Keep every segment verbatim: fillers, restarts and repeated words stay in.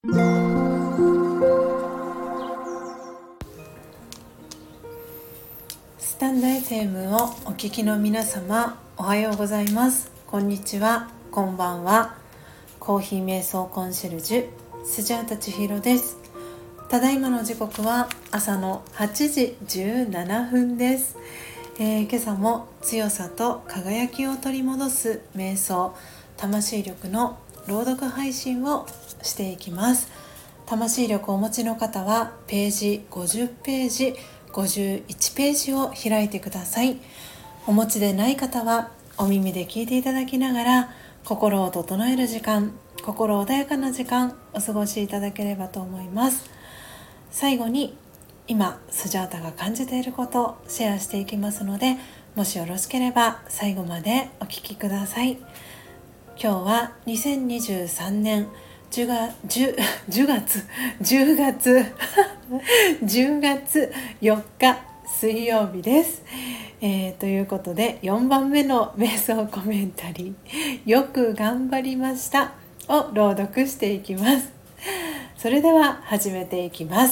スタンド エフエム をお聞きの皆様、おはようございます。こんにちは、こんばんは。コーヒー瞑想コンシェルジュスジャータ千尋です。ただいまの時刻は朝のはちじじゅうななふんです。えー、今朝も強さと輝きを取り戻す瞑想、魂力の朗読配信をしていきます。魂力をお持ちの方はページごじゅっページ、ごじゅういちページを開いてください。お持ちでない方はお耳で聞いていただきながら、心を整える時間、心穏やかな時間お過ごしいただければと思います。最後に今スジャータが感じていることをシェアしていきますので、もしよろしければ最後までお聞きください。今日はにせんにじゅうさんねんじゅうがつじゅうがつじゅうがつじゅうがつよっか水曜日です。えー、ということでよんばんめの瞑想コメンタリー、よく頑張りましたを朗読していきます。それでは始めていきます。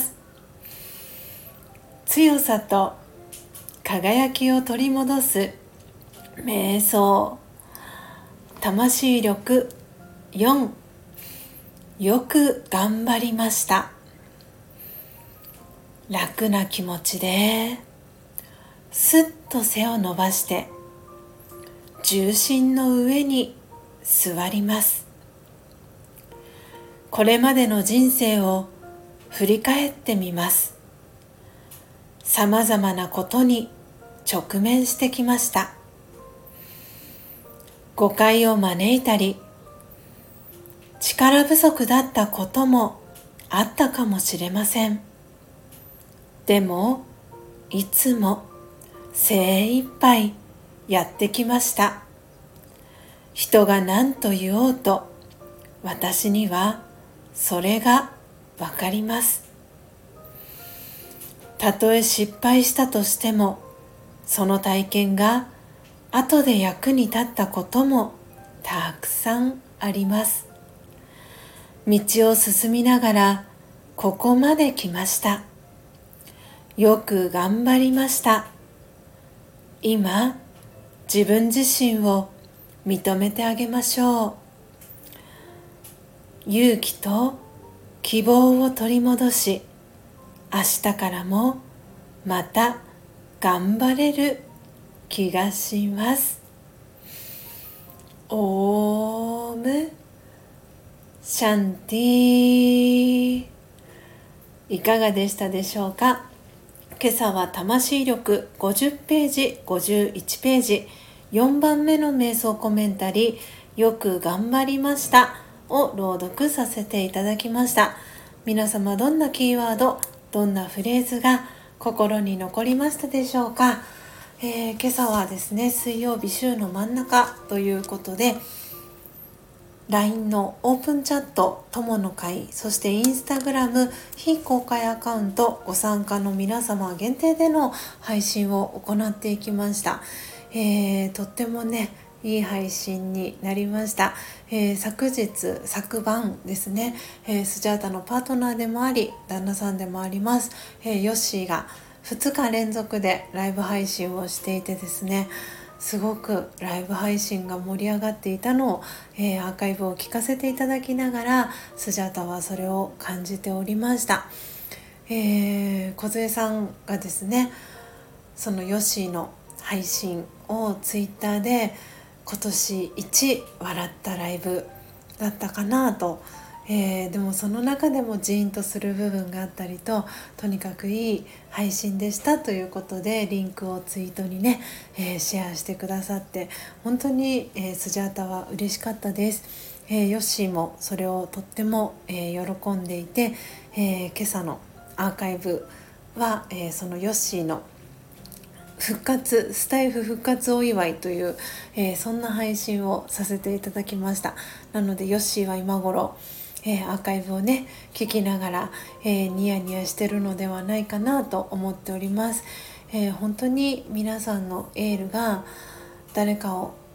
強さと輝きを取り戻す瞑想、魂力よん、よく頑張りました。楽な気持ちでスッと背を伸ばして重心の上に座ります。これまでの人生を振り返ってみます。さまざまなことに直面してきました。誤解を招いたり、力不足だったこともあったかもしれません。でも、いつも精一杯やってきました。人が何と言おうと、私にはそれがわかります。たとえ失敗したとしても、その体験が後で役に立ったこともたくさんあります。道を進みながらここまで来ました。よく頑張りました。今、自分自身を認めてあげましょう。勇気と希望を取り戻し、明日からもまた頑張れる気がします。オームシャンティ。いかがでしたでしょうか。今朝は魂力ごじゅっページ、ごじゅういちページ、よんばんめの瞑想コメンタリー、よく頑張りましたを朗読させていただきました。皆様、どんなキーワード、どんなフレーズが心に残りましたでしょうか。えー、今朝はですね、水曜日週の真ん中ということで、ライン のオープンチャット友の会、そしてインスタグラム非公開アカウントご参加の皆様限定での配信を行っていきました。えー、とってもねいい配信になりました。えー、昨日昨晩ですね、えー、スジャータのパートナーでもあり旦那さんでもあります、えー、ヨッシーがふつか連続でライブ配信をしていてですね、すごくライブ配信が盛り上がっていたのを、えー、アーカイブを聞かせていただきながらスジャータはそれを感じておりました。えー、小杖さんがですね、そのヨッシーの配信をツイッターで今年一笑ったライブだったかなと、えー、でもその中でもジーンとする部分があったりと、とにかくいい配信でしたということでリンクをツイートにね、えー、シェアしてくださって本当に、えー、スジャータは嬉しかったです。えー、ヨッシーもそれをとっても、えー、喜んでいて、えー、今朝のアーカイブは、えー、そのヨッシーの復活スタイフ復活お祝いという、えー、そんな配信をさせていただきました。なのでヨッシーは今頃、えー、アーカイブをね聞きながら、えー、ニヤニヤしてるのではないかなと思っております。えー、本当に皆さんのエールが誰かを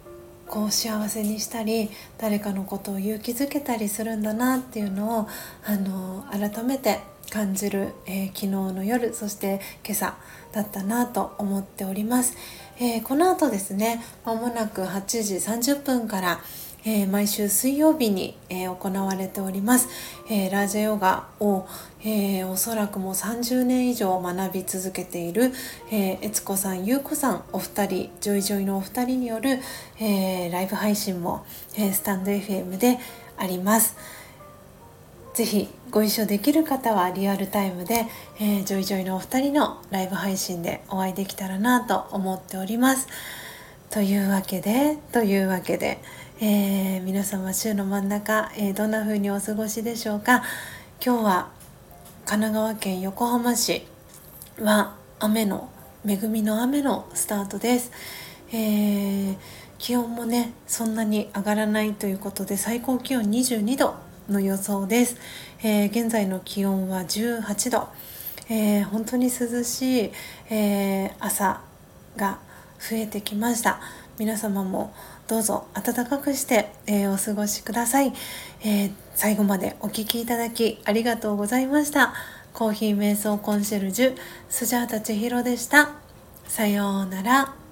こう幸せにしたり誰かのことを勇気づけたりするんだなっていうのをあの改めて感じる、えー、昨日の夜、そして今朝だったなと思っております。えー、この後ですね、まもなくはちじさんじゅっぷんから、えー、毎週水曜日に、えー、行われております、えー、ラージャヨガを、えー、おそらくもうさんじゅうねん以上学び続けている、えー、悦子さん、ゆうこさん、お二人、ジョイジョイのお二人による、えー、ライブ配信も、えー、スタンド エフエム であります。ぜひご一緒できる方はリアルタイムで、えー、ジョイジョイのお二人のライブ配信でお会いできたらなと思っております。というわけでというわけで、えー、皆様週の真ん中、えー、どんな風にお過ごしでしょうか。今日は神奈川県横浜市は雨の恵みの雨のスタートです。えー、気温もねそんなに上がらないということで、最高気温にじゅうにどの予想です。えー、現在の気温はじゅうはちど、えー、本当に涼しい、えー、朝が増えてきました。皆様もどうぞ暖かくして、えー、お過ごしください。えー、最後までお聞きいただきありがとうございました。コーヒー瞑想コンシェルジュスジャータ千尋でした。さようなら。